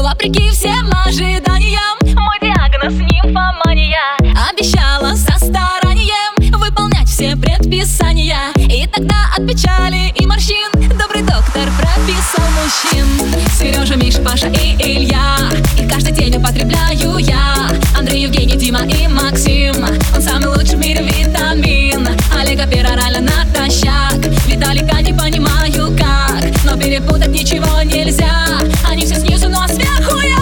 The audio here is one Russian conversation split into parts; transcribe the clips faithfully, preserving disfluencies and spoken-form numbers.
Вопреки всем ожиданиям, мой диагноз нимфомания. Обещала со старанием выполнять все предписания, и тогда от печали и морщин добрый доктор прописал мужчин. Сережа, Миша, Паша и Илья, их каждый день употребляю я. Андрей, Евгений, Дима и Максим, он самый лучший в мире витамин. Олега перорально натощак, Виталика не понимаю как, но перепутать ничего нельзя. Они все снизу, но сверху я.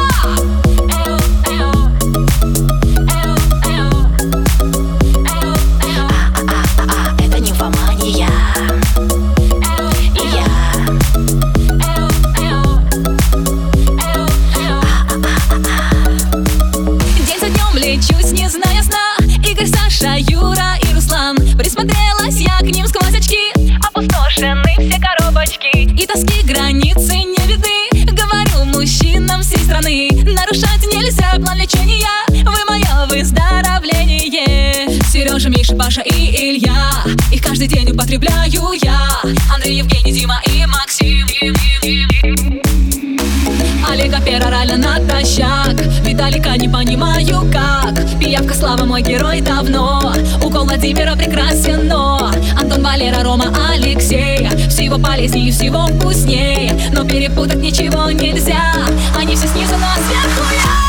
Лечусь, не зная сна. Игорь, Саша, Юра и Руслан. Присмотрелась я к ним сквозь очки. Опустошены все коробочки, и тоски границы не видны. Говорю мужчинам всей страны, нарушать нельзя план лечения. Вы мое выздоровление. Сережа, Миша, Паша и Илья, их каждый день употребляю я. Андрей, Евгений, Дима и Максим. Олега перорально натощак, Виталика не понимаю как. Пиявка Слава мой герой давно, укол Владимира прекрасен, но Антон, Валера, Рома, Алексей всего полезнее и всего вкуснее, но перепутать ничего нельзя. Они все снизу, но сверху я.